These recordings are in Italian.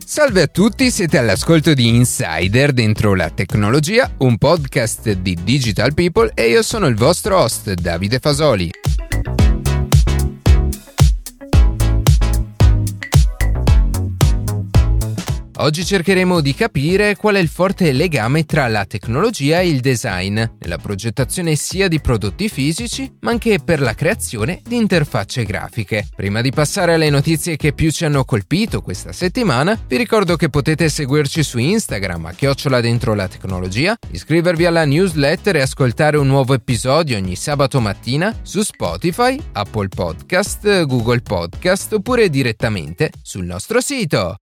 Salve a tutti, siete all'ascolto di Insider dentro la tecnologia, un podcast di Digital People e io sono il vostro host Davide Fasoli. Oggi cercheremo di capire qual è il forte legame tra la tecnologia e il design, nella progettazione sia di prodotti fisici, ma anche per la creazione di interfacce grafiche. Prima di passare alle notizie che più ci hanno colpito questa settimana, vi ricordo che potete seguirci su Instagram @dentro-la-tecnologia, iscrivervi alla newsletter e ascoltare un nuovo episodio ogni sabato mattina su Spotify, Apple Podcast, Google Podcast oppure direttamente sul nostro sito.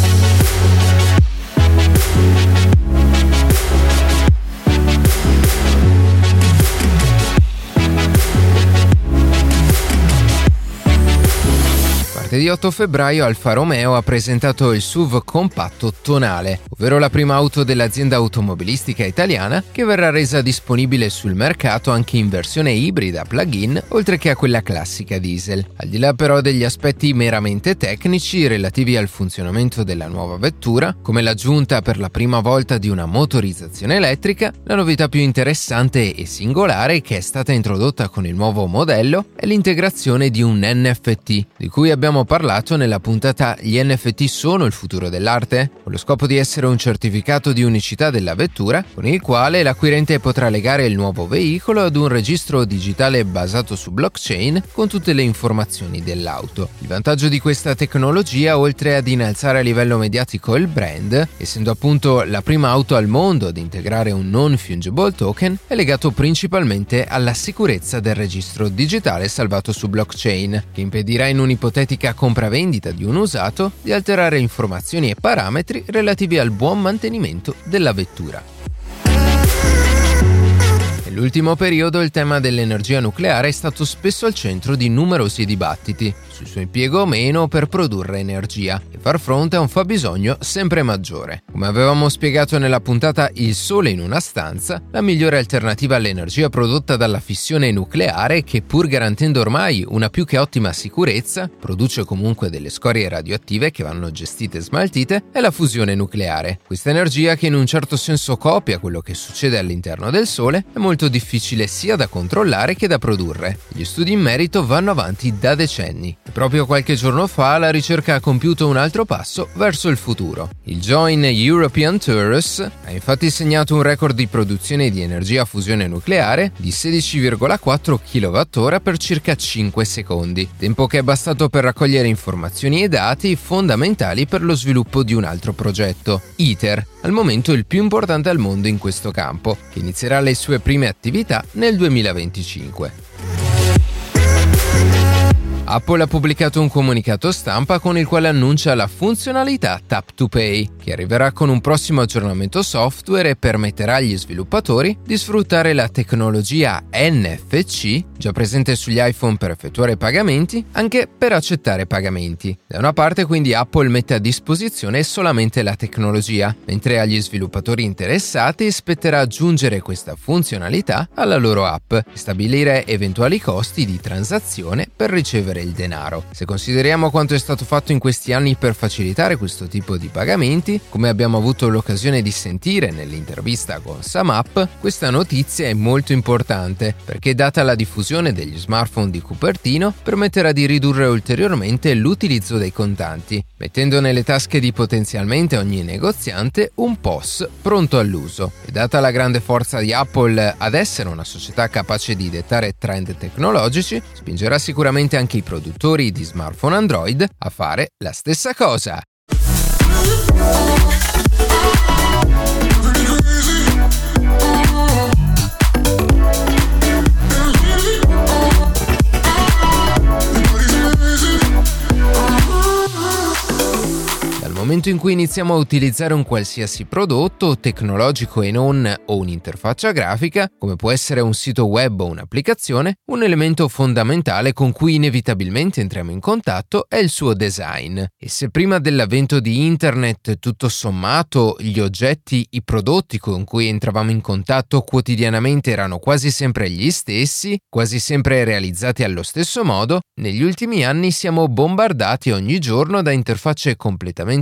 Martedì 8 febbraio Alfa Romeo ha presentato il SUV compatto tonale, ovvero la prima auto dell'azienda automobilistica italiana che verrà resa disponibile sul mercato anche in versione ibrida plug-in, oltre che a quella classica diesel. Al di là però degli aspetti meramente tecnici relativi al funzionamento della nuova vettura, come l'aggiunta per la prima volta di una motorizzazione elettrica, la novità più interessante e singolare che è stata introdotta con il nuovo modello è l'integrazione di un NFT, di cui abbiamo parlato nella puntata Gli NFT sono il futuro dell'arte? Con lo scopo di essere un certificato di unicità della vettura, con il quale l'acquirente potrà legare il nuovo veicolo ad un registro digitale basato su blockchain con tutte le informazioni dell'auto. Il vantaggio di questa tecnologia, oltre ad innalzare a livello mediatico il brand, essendo appunto la prima auto al mondo ad integrare un non-fungible token, è legato principalmente alla sicurezza del registro digitale salvato su blockchain, che impedirà in un'ipotetica compravendita di un usato di alterare informazioni e parametri relativi al buon mantenimento della vettura. Nell'ultimo periodo il tema dell'energia nucleare è stato spesso al centro di numerosi dibattiti sul suo impiego o meno per produrre energia e far fronte a un fabbisogno sempre maggiore. Come avevamo spiegato nella puntata Il sole in una stanza, la migliore alternativa all'energia prodotta dalla fissione nucleare, che pur garantendo ormai una più che ottima sicurezza, produce comunque delle scorie radioattive che vanno gestite e smaltite, è la fusione nucleare. Questa energia, che in un certo senso copia quello che succede all'interno del sole, è molto difficile sia da controllare che da produrre. Gli studi in merito vanno avanti da decenni. E proprio qualche giorno fa la ricerca ha compiuto un altro passo verso il futuro. Il Joint European Torus ha infatti segnato un record di produzione di energia a fusione nucleare di 16,4 kWh per circa 5 secondi, tempo che è bastato per raccogliere informazioni e dati fondamentali per lo sviluppo di un altro progetto, ITER, al momento il più importante al mondo in questo campo, che inizierà le sue prime attività nel 2025. Apple ha pubblicato un comunicato stampa con il quale annuncia la funzionalità Tap to Pay, che arriverà con un prossimo aggiornamento software e permetterà agli sviluppatori di sfruttare la tecnologia NFC, già presente sugli iPhone per effettuare pagamenti, anche per accettare pagamenti. Da una parte quindi Apple mette a disposizione solamente la tecnologia, mentre agli sviluppatori interessati spetterà aggiungere questa funzionalità alla loro app e stabilire eventuali costi di transazione per ricevere il denaro. Se consideriamo quanto è stato fatto in questi anni per facilitare questo tipo di pagamenti, come abbiamo avuto l'occasione di sentire nell'intervista con SumUp, questa notizia è molto importante perché, data la diffusione degli smartphone di Cupertino, permetterà di ridurre ulteriormente l'utilizzo dei contanti, mettendo nelle tasche di potenzialmente ogni negoziante un POS pronto all'uso. E data la grande forza di Apple ad essere una società capace di dettare trend tecnologici, spingerà sicuramente anche i produttori di smartphone Android a fare la stessa cosa. momento in cui iniziamo a utilizzare un qualsiasi prodotto tecnologico e non, o un'interfaccia grafica, come può essere un sito web o un'applicazione, un elemento fondamentale con cui inevitabilmente entriamo in contatto è il suo design. E se prima dell'avvento di internet, tutto sommato, gli oggetti, i prodotti con cui entravamo in contatto quotidianamente erano quasi sempre gli stessi, quasi sempre realizzati allo stesso modo, negli ultimi anni siamo bombardati ogni giorno da interfacce completamente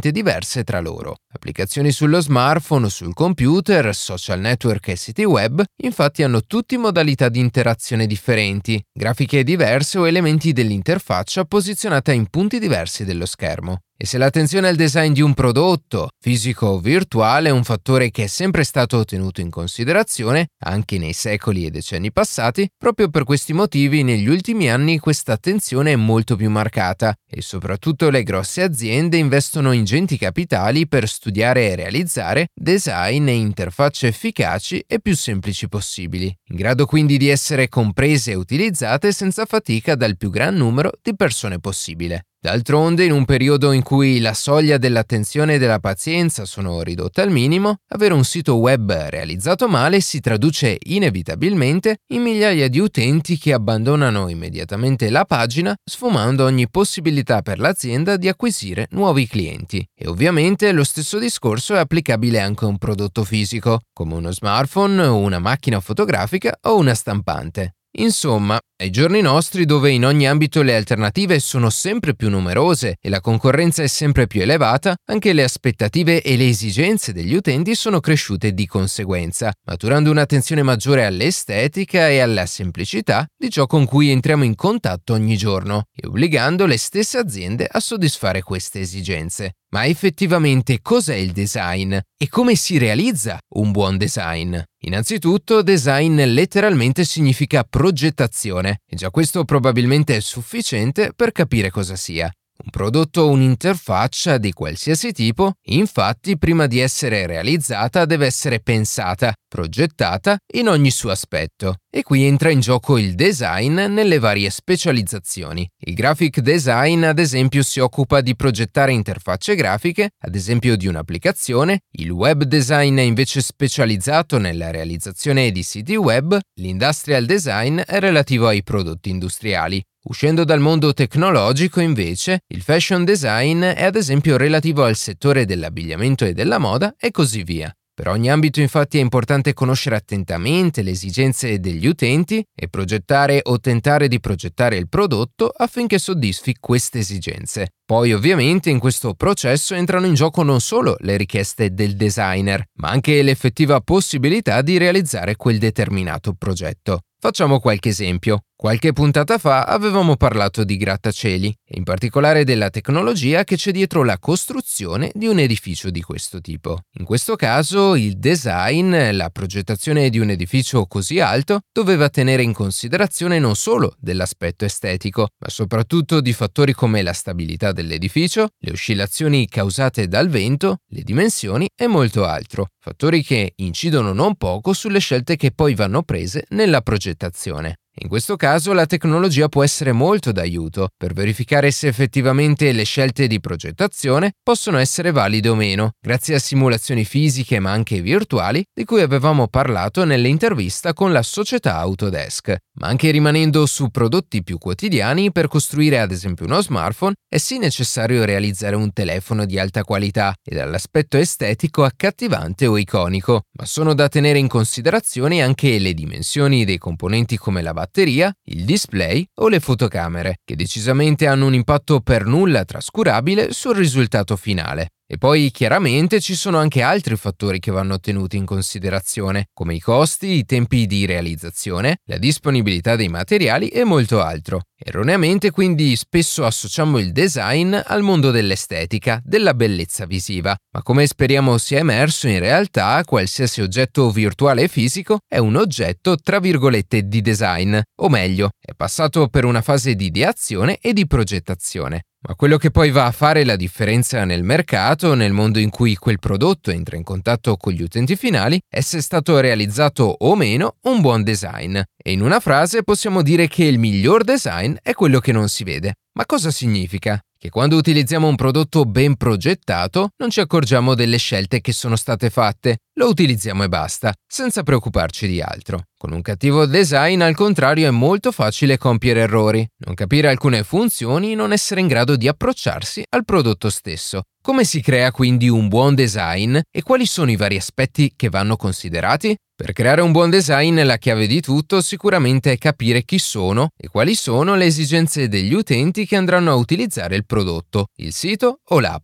completamente diverse tra loro. Applicazioni sullo smartphone o sul computer, social network e siti web, infatti hanno tutti modalità di interazione differenti, grafiche diverse o elementi dell'interfaccia posizionata in punti diversi dello schermo. E se l'attenzione al design di un prodotto, fisico o virtuale, è un fattore che è sempre stato tenuto in considerazione, anche nei secoli e decenni passati, proprio per questi motivi negli ultimi anni questa attenzione è molto più marcata e soprattutto le grosse aziende investono ingenti capitali per studiare e realizzare design e interfacce efficaci e più semplici possibili, in grado quindi di essere comprese e utilizzate senza fatica dal più gran numero di persone possibile. D'altronde, in un periodo in cui la soglia dell'attenzione e della pazienza sono ridotte al minimo, avere un sito web realizzato male si traduce inevitabilmente in migliaia di utenti che abbandonano immediatamente la pagina, sfumando ogni possibilità per l'azienda di acquisire nuovi clienti. E ovviamente lo stesso discorso è applicabile anche a un prodotto fisico, come uno smartphone, una macchina fotografica o una stampante. Insomma, ai giorni nostri, dove in ogni ambito le alternative sono sempre più numerose e la concorrenza è sempre più elevata, anche le aspettative e le esigenze degli utenti sono cresciute di conseguenza, maturando un'attenzione maggiore all'estetica e alla semplicità di ciò con cui entriamo in contatto ogni giorno e obbligando le stesse aziende a soddisfare queste esigenze. Ma effettivamente cos'è il design e come si realizza un buon design? Innanzitutto, design letteralmente significa progettazione e già questo probabilmente è sufficiente per capire cosa sia. Un prodotto o un'interfaccia di qualsiasi tipo, infatti, prima di essere realizzata deve essere pensata, progettata in ogni suo aspetto. E qui entra in gioco il design nelle varie specializzazioni. Il graphic design, ad esempio, si occupa di progettare interfacce grafiche, ad esempio di un'applicazione, il web design è invece specializzato nella realizzazione di siti web, l'industrial design è relativo ai prodotti industriali. Uscendo dal mondo tecnologico, invece, il fashion design è ad esempio relativo al settore dell'abbigliamento e della moda e così via. Per ogni ambito infatti è importante conoscere attentamente le esigenze degli utenti e progettare o tentare di progettare il prodotto affinché soddisfi queste esigenze. Poi ovviamente in questo processo entrano in gioco non solo le richieste del designer, ma anche l'effettiva possibilità di realizzare quel determinato progetto. Facciamo qualche esempio. Qualche puntata fa avevamo parlato di grattacieli e in particolare della tecnologia che c'è dietro la costruzione di un edificio di questo tipo. In questo caso il design, la progettazione di un edificio così alto, doveva tenere in considerazione non solo dell'aspetto estetico, ma soprattutto di fattori come la stabilità dell'edificio, le oscillazioni causate dal vento, le dimensioni e molto altro. Fattori che incidono non poco sulle scelte che poi vanno prese nella progettazione. In questo caso la tecnologia può essere molto d'aiuto per verificare se effettivamente le scelte di progettazione possono essere valide o meno, grazie a simulazioni fisiche ma anche virtuali di cui avevamo parlato nell'intervista con la società Autodesk. Ma anche rimanendo su prodotti più quotidiani, per costruire ad esempio uno smartphone è sì necessario realizzare un telefono di alta qualità e dall'aspetto estetico accattivante o iconico, ma sono da tenere in considerazione anche le dimensioni dei componenti come la batteria, il display o le fotocamere, che decisamente hanno un impatto per nulla trascurabile sul risultato finale. E poi chiaramente ci sono anche altri fattori che vanno tenuti in considerazione, come i costi, i tempi di realizzazione, la disponibilità dei materiali e molto altro. Erroneamente quindi spesso associamo il design al mondo dell'estetica, della bellezza visiva, ma come speriamo sia emerso in realtà qualsiasi oggetto virtuale e fisico è un oggetto tra virgolette di design, o meglio, è passato per una fase di ideazione e di progettazione. Ma quello che poi va a fare la differenza nel mercato, nel mondo in cui quel prodotto entra in contatto con gli utenti finali, è se è stato realizzato o meno un buon design. E in una frase possiamo dire che il miglior design è quello che non si vede. Ma cosa significa? Che quando utilizziamo un prodotto ben progettato non ci accorgiamo delle scelte che sono state fatte, lo utilizziamo e basta, senza preoccuparci di altro. Con un cattivo design, al contrario, è molto facile compiere errori, non capire alcune funzioni, non essere in grado di approcciarsi al prodotto stesso. Come si crea quindi un buon design e quali sono i vari aspetti che vanno considerati? Per creare un buon design la chiave di tutto sicuramente è capire chi sono e quali sono le esigenze degli utenti che andranno a utilizzare il prodotto, il sito o l'app.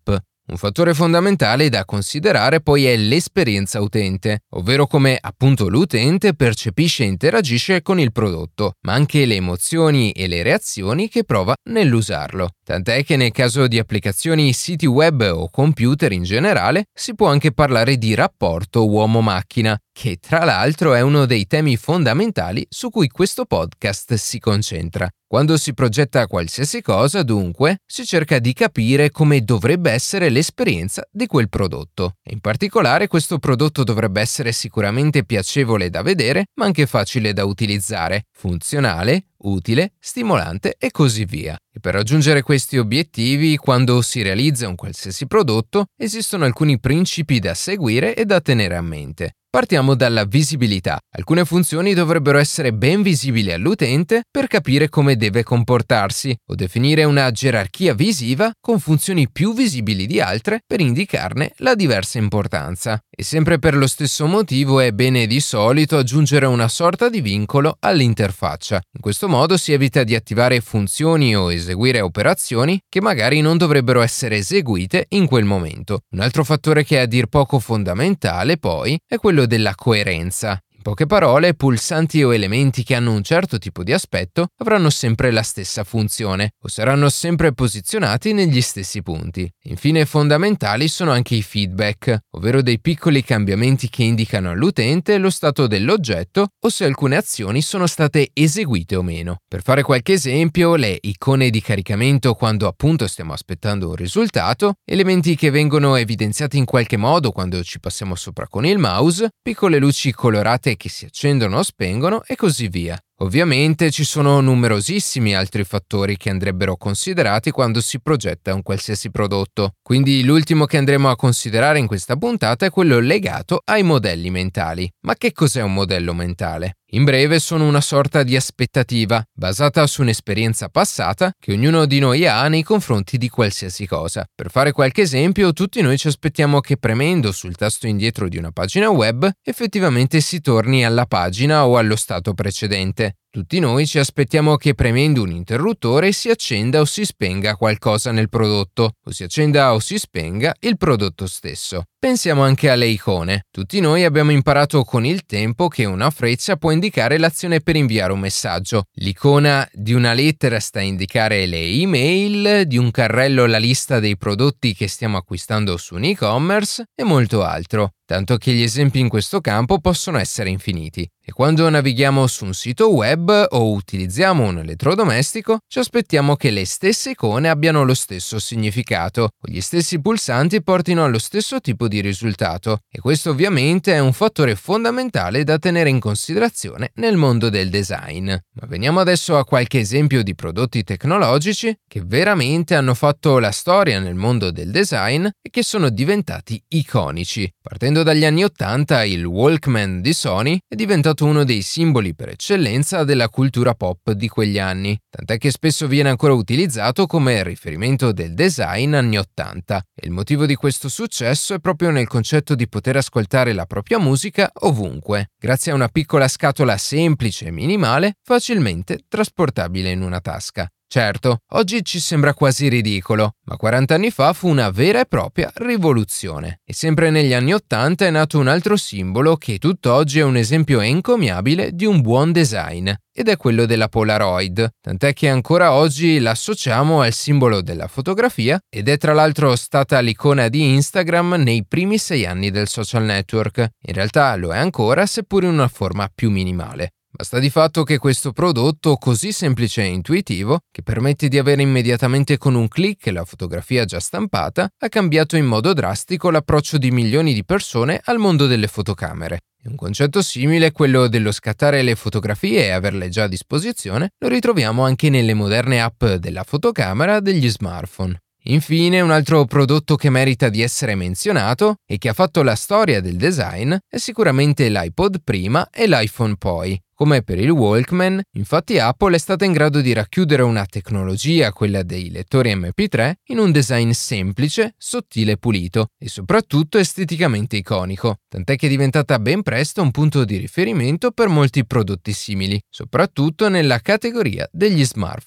Un fattore fondamentale da considerare poi è l'esperienza utente, ovvero come appunto l'utente percepisce e interagisce con il prodotto, ma anche le emozioni e le reazioni che prova nell'usarlo. Tant'è che nel caso di applicazioni, siti web o computer in generale, si può anche parlare di rapporto uomo-macchina, che tra l'altro è uno dei temi fondamentali su cui questo podcast si concentra. Quando si progetta qualsiasi cosa, dunque, si cerca di capire come dovrebbe essere l'esperienza di quel prodotto. In particolare, questo prodotto dovrebbe essere sicuramente piacevole da vedere, ma anche facile da utilizzare, funzionale, utile, stimolante e così via. E per raggiungere questi obiettivi, quando si realizza un qualsiasi prodotto, esistono alcuni principi da seguire e da tenere a mente. Partiamo dalla visibilità. Alcune funzioni dovrebbero essere ben visibili all'utente per capire come deve comportarsi, o definire una gerarchia visiva con funzioni più visibili di altre per indicarne la diversa importanza. E sempre per lo stesso motivo è bene di solito aggiungere una sorta di vincolo all'interfaccia. In questo modo si evita di attivare funzioni o eseguire operazioni che magari non dovrebbero essere eseguite in quel momento. Un altro fattore che è a dir poco fondamentale, poi, è quello della coerenza. In poche parole, pulsanti o elementi che hanno un certo tipo di aspetto avranno sempre la stessa funzione o saranno sempre posizionati negli stessi punti. Infine, fondamentali sono anche i feedback, ovvero dei piccoli cambiamenti che indicano all'utente lo stato dell'oggetto o se alcune azioni sono state eseguite o meno. Per fare qualche esempio, le icone di caricamento quando appunto stiamo aspettando un risultato, elementi che vengono evidenziati in qualche modo quando ci passiamo sopra con il mouse, piccole luci colorate che si accendono o spengono e così via. Ovviamente ci sono numerosissimi altri fattori che andrebbero considerati quando si progetta un qualsiasi prodotto, quindi l'ultimo che andremo a considerare in questa puntata è quello legato ai modelli mentali. Ma che cos'è un modello mentale? In breve, sono una sorta di aspettativa, basata su un'esperienza passata che ognuno di noi ha nei confronti di qualsiasi cosa. Per fare qualche esempio, tutti noi ci aspettiamo che premendo sul tasto indietro di una pagina web, effettivamente si torni alla pagina o allo stato precedente. Tutti noi ci aspettiamo che premendo un interruttore si accenda o si spenga qualcosa nel prodotto, o si accenda o si spenga il prodotto stesso. Pensiamo anche alle icone. Tutti noi abbiamo imparato con il tempo che una freccia può indicare l'azione per inviare un messaggio. L'icona di una lettera sta a indicare le email, di un carrello la lista dei prodotti che stiamo acquistando su un e-commerce e molto altro. Tanto che gli esempi in questo campo possono essere infiniti. E quando navighiamo su un sito web o utilizziamo un elettrodomestico, ci aspettiamo che le stesse icone abbiano lo stesso significato o gli stessi pulsanti portino allo stesso tipo di risultato. E questo ovviamente è un fattore fondamentale da tenere in considerazione nel mondo del design. Ma veniamo adesso a qualche esempio di prodotti tecnologici che veramente hanno fatto la storia nel mondo del design e che sono diventati iconici. Partendo dagli anni '80, il Walkman di Sony è diventato uno dei simboli per eccellenza della cultura pop di quegli anni, tant'è che spesso viene ancora utilizzato come riferimento del design anni '80. E il motivo di questo successo è proprio nel concetto di poter ascoltare la propria musica ovunque, grazie a una piccola scatola semplice e minimale, facilmente trasportabile in una tasca. Certo, oggi ci sembra quasi ridicolo, ma 40 anni fa fu una vera e propria rivoluzione. E sempre negli anni '80 è nato un altro simbolo che tutt'oggi è un esempio encomiabile di un buon design, ed è quello della Polaroid, tant'è che ancora oggi l'associamo al simbolo della fotografia ed è tra l'altro stata l'icona di Instagram nei primi 6 anni del social network. In realtà lo è ancora, seppur in una forma più minimale. Basta di fatto che questo prodotto così semplice e intuitivo, che permette di avere immediatamente con un click la fotografia già stampata, ha cambiato in modo drastico l'approccio di milioni di persone al mondo delle fotocamere. E un concetto simile, quello dello scattare le fotografie e averle già a disposizione, lo ritroviamo anche nelle moderne app della fotocamera degli smartphone. Infine, un altro prodotto che merita di essere menzionato e che ha fatto la storia del design è sicuramente l'iPod prima e l'iPhone poi. Come per il Walkman, infatti Apple è stata in grado di racchiudere una tecnologia, quella dei lettori MP3, in un design semplice, sottile e pulito e soprattutto esteticamente iconico, tant'è che è diventata ben presto un punto di riferimento per molti prodotti simili, soprattutto nella categoria degli smartphone.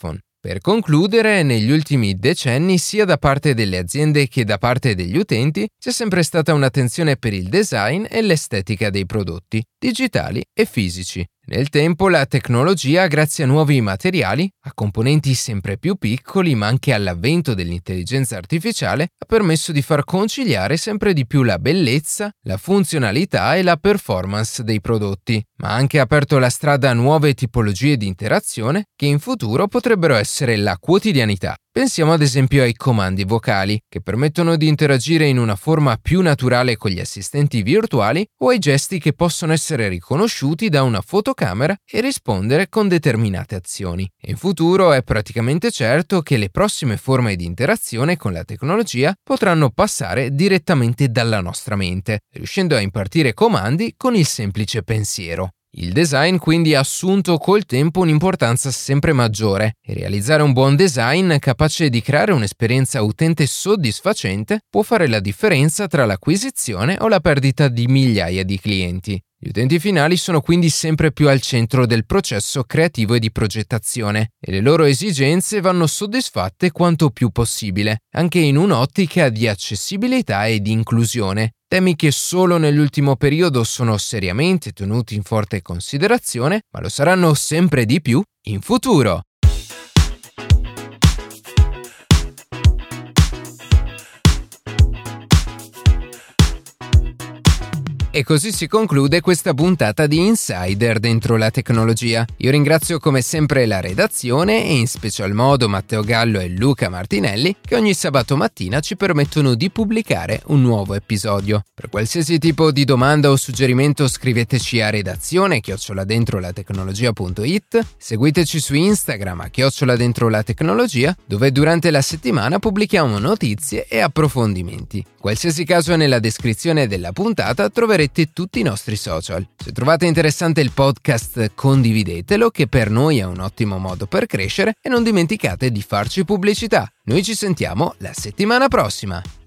Per concludere, negli ultimi decenni, sia da parte delle aziende che da parte degli utenti, c'è sempre stata un'attenzione per il design e l'estetica dei prodotti, digitali e fisici. Nel tempo la tecnologia, grazie a nuovi materiali, a componenti sempre più piccoli, ma anche all'avvento dell'intelligenza artificiale, ha permesso di far conciliare sempre di più la bellezza, la funzionalità e la performance dei prodotti, ma ha anche aperto la strada a nuove tipologie di interazione che in futuro potrebbero essere la quotidianità. Pensiamo ad esempio ai comandi vocali, che permettono di interagire in una forma più naturale con gli assistenti virtuali, o ai gesti che possono essere riconosciuti da una fotocamera e rispondere con determinate azioni. In futuro è praticamente certo che le prossime forme di interazione con la tecnologia potranno passare direttamente dalla nostra mente, riuscendo a impartire comandi con il semplice pensiero. Il design quindi ha assunto col tempo un'importanza sempre maggiore e realizzare un buon design capace di creare un'esperienza utente soddisfacente può fare la differenza tra l'acquisizione o la perdita di migliaia di clienti. Gli utenti finali sono quindi sempre più al centro del processo creativo e di progettazione e le loro esigenze vanno soddisfatte quanto più possibile, anche in un'ottica di accessibilità e di inclusione, temi che solo nell'ultimo periodo sono seriamente tenuti in forte considerazione, ma lo saranno sempre di più in futuro. E così si conclude questa puntata di Insider dentro la tecnologia. Io ringrazio come sempre la redazione e in special modo Matteo Gallo e Luca Martinelli che ogni sabato mattina ci permettono di pubblicare un nuovo episodio. Per qualsiasi tipo di domanda o suggerimento scriveteci a redazione@dentrolatecnologia.it, seguiteci su Instagram @dentrolatecnologia, dove durante la settimana pubblichiamo notizie e approfondimenti. Qualsiasi caso nella descrizione della puntata troverete tutti i nostri social. Se trovate interessante il podcast, condividetelo, che per noi è un ottimo modo per crescere, e non dimenticate di farci pubblicità. Noi ci sentiamo la settimana prossima.